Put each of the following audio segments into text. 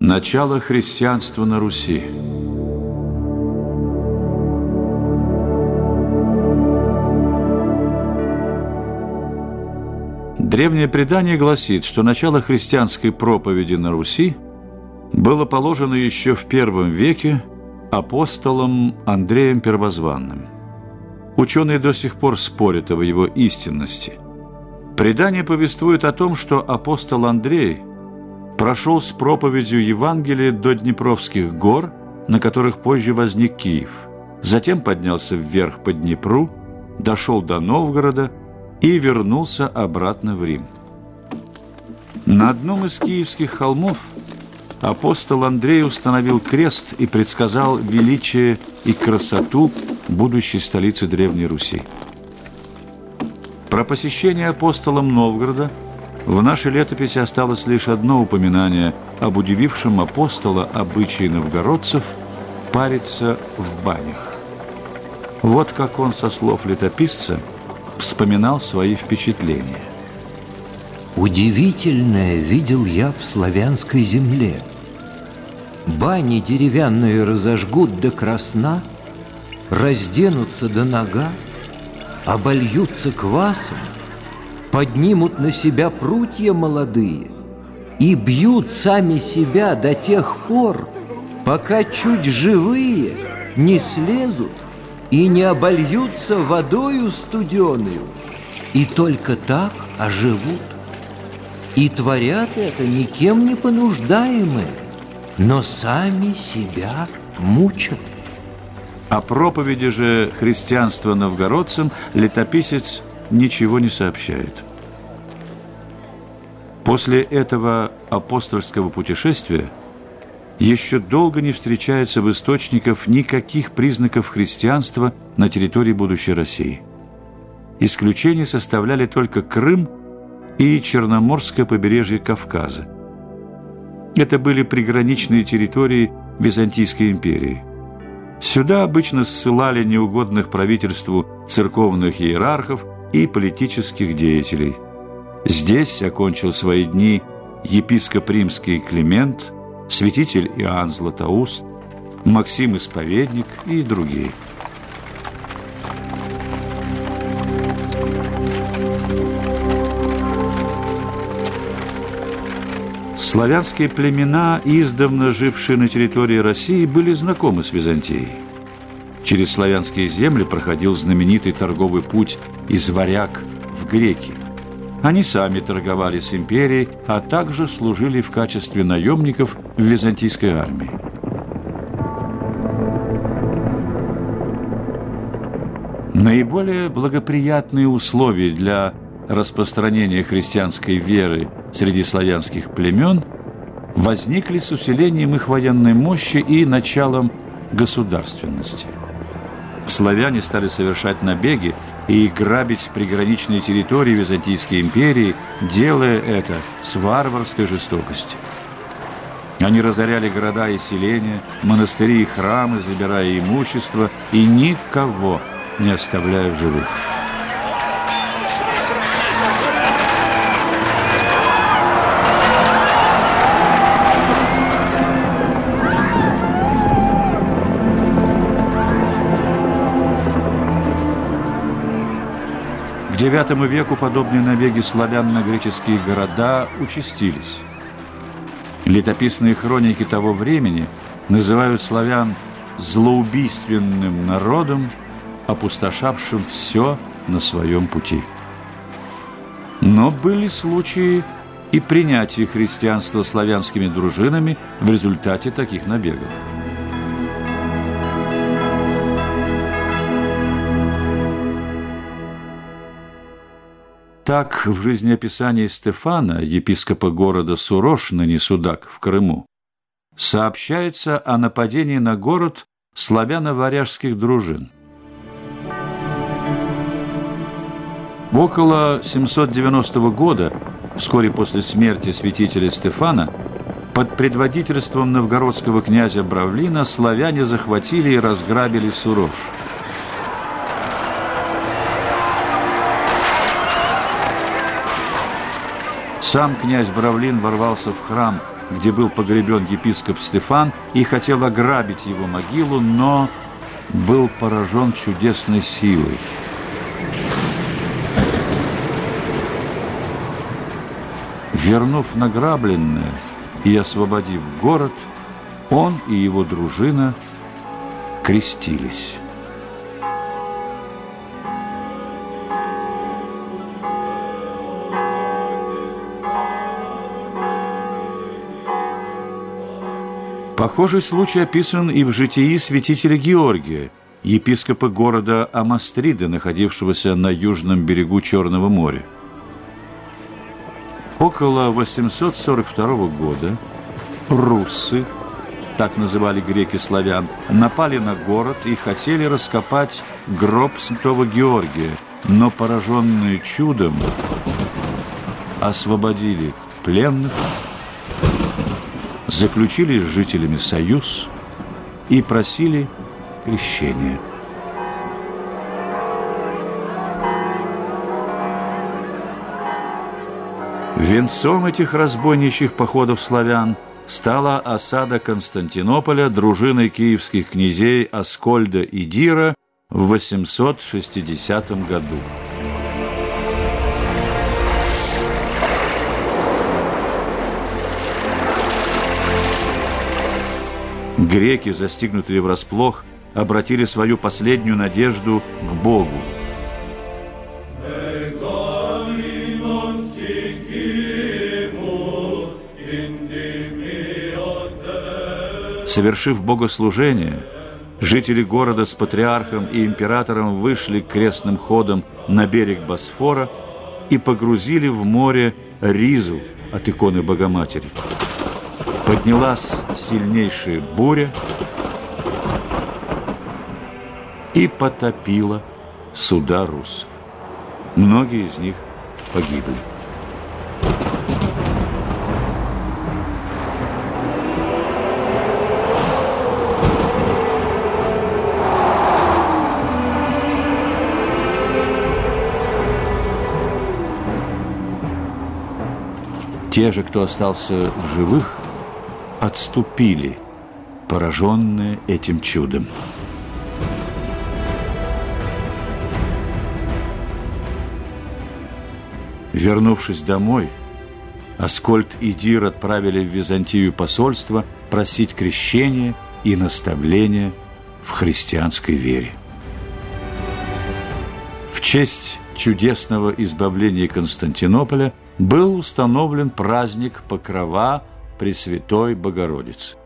Начало христианства на Руси. Древнее предание гласит, что начало христианской проповеди на Руси было положено еще в I веке апостолом Андреем Первозванным. Ученые до сих пор спорят об его истинности. Предание повествует о том, что апостол Андрей прошел с проповедью Евангелия до Днепровских гор, на которых позже возник Киев. Затем поднялся вверх по Днепру, дошел до Новгорода и вернулся обратно в Рим. На одном из киевских холмов апостол Андрей установил крест и предсказал величие и красоту будущей столицы Древней Руси. Про посещение апостолом Новгорода в нашей летописи осталось лишь одно упоминание об удивившем апостола обычае новгородцев париться в банях. Вот как он, со слов летописца, вспоминал свои впечатления. «Удивительное видел я в славянской земле. Бани деревянные разожгут до красна, разденутся до нога, обольются квасом, поднимут на себя прутья молодые и бьют сами себя до тех пор, пока чуть живые не слезут и не обольются водою студеную, и только так оживут. И творят это никем не понуждаемые, но сами себя мучат». О проповеди же христианства новгородцам летописец ничего не сообщает. После этого апостольского путешествия еще долго не встречается в источниках никаких признаков христианства на территории будущей России. Исключение составляли только Крым и Черноморское побережье Кавказа. Это были приграничные территории Византийской империи. Сюда обычно ссылали неугодных правительству церковных иерархов и политических деятелей. Здесь окончил свои дни епископ римский Климент, святитель Иоанн Златоуст, Максим Исповедник и другие. Славянские племена, издавна жившие на территории России, были знакомы с Византией. Через славянские земли проходил знаменитый торговый путь из Варяг в Греки. Они сами торговали с империей, а также служили в качестве наемников в византийской армии. Наиболее благоприятные условия для распространения христианской веры среди славянских племен возникли с усилением их военной мощи и началом государственности. Славяне стали совершать набеги и грабить приграничные территории Византийской империи, делая это с варварской жестокостью. Они разоряли города и селения, монастыри и храмы, забирая имущество и никого не оставляя в живых. К IX веку подобные набеги славян на греческие города участились. Летописные хроники того времени называют славян злоубийственным народом, опустошавшим все на своем пути. Но были случаи и принятия христианства славянскими дружинами в результате таких набегов. Так, в жизнеописании Стефана, епископа города Сурош, ныне Судак, в Крыму, сообщается о нападении на город славяно-варяжских дружин. Около 790 года, вскоре после смерти святителя Стефана, под предводительством новгородского князя Бравлина славяне захватили и разграбили Сурош. Сам князь Бравлин ворвался в храм где был погребен епископ Стефан, и хотел ограбить его могилу, но был поражен чудесной силой. Вернув награбленное и освободив город, он и его дружина крестились. Похожий случай описан и в житии святителя Георгия, епископа города Амастрида, находившегося на южном берегу Черного моря. Около 842 года руссы, так называли греки славян, напали на город и хотели раскопать гроб святого Георгия, но, пораженные чудом, освободили пленных, заключили с жителями союз и просили крещения. Венцом этих разбойничьих походов славян стала осада Константинополя дружиной киевских князей Аскольда и Дира в 860 году. Греки, застигнутые врасплох, обратили свою последнюю надежду к Богу. Совершив богослужение, жители города с патриархом и императором вышли крестным ходом на берег Босфора и погрузили в море ризу от иконы Богоматери. Поднялась сильнейшая буря и потопила суда руссов. Многие из них погибли. Те же, кто остался в живых, отступили, пораженные этим чудом. Вернувшись домой, Аскольд и Дир отправили в Византию посольство просить крещения и наставления в христианской вере. В честь чудесного избавления Константинополя был установлен праздник Покрова Пресвятой Богородицы.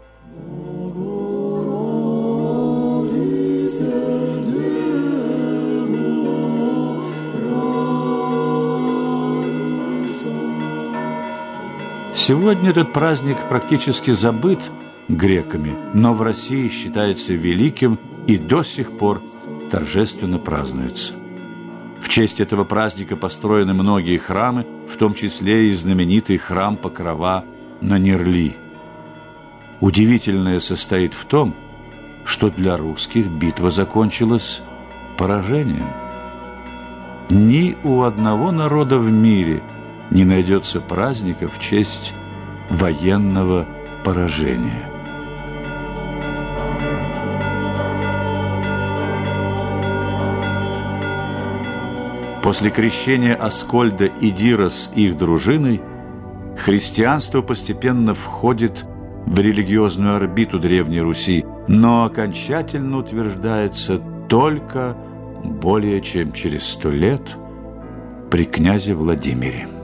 Сегодня этот праздник практически забыт греками, но в России считается великим и до сих пор торжественно празднуется. В честь этого праздника построены многие храмы, в том числе и знаменитый храм Покрова на Нерли. Удивительное состоит в том, что для русских битва закончилась поражением. Ни у одного народа в мире не найдется праздника в честь военного поражения. После крещения Аскольда и Дира с их дружиной христианство постепенно входит в религиозную орбиту Древней Руси, но окончательно утверждается только более чем через 100 лет при князе Владимире.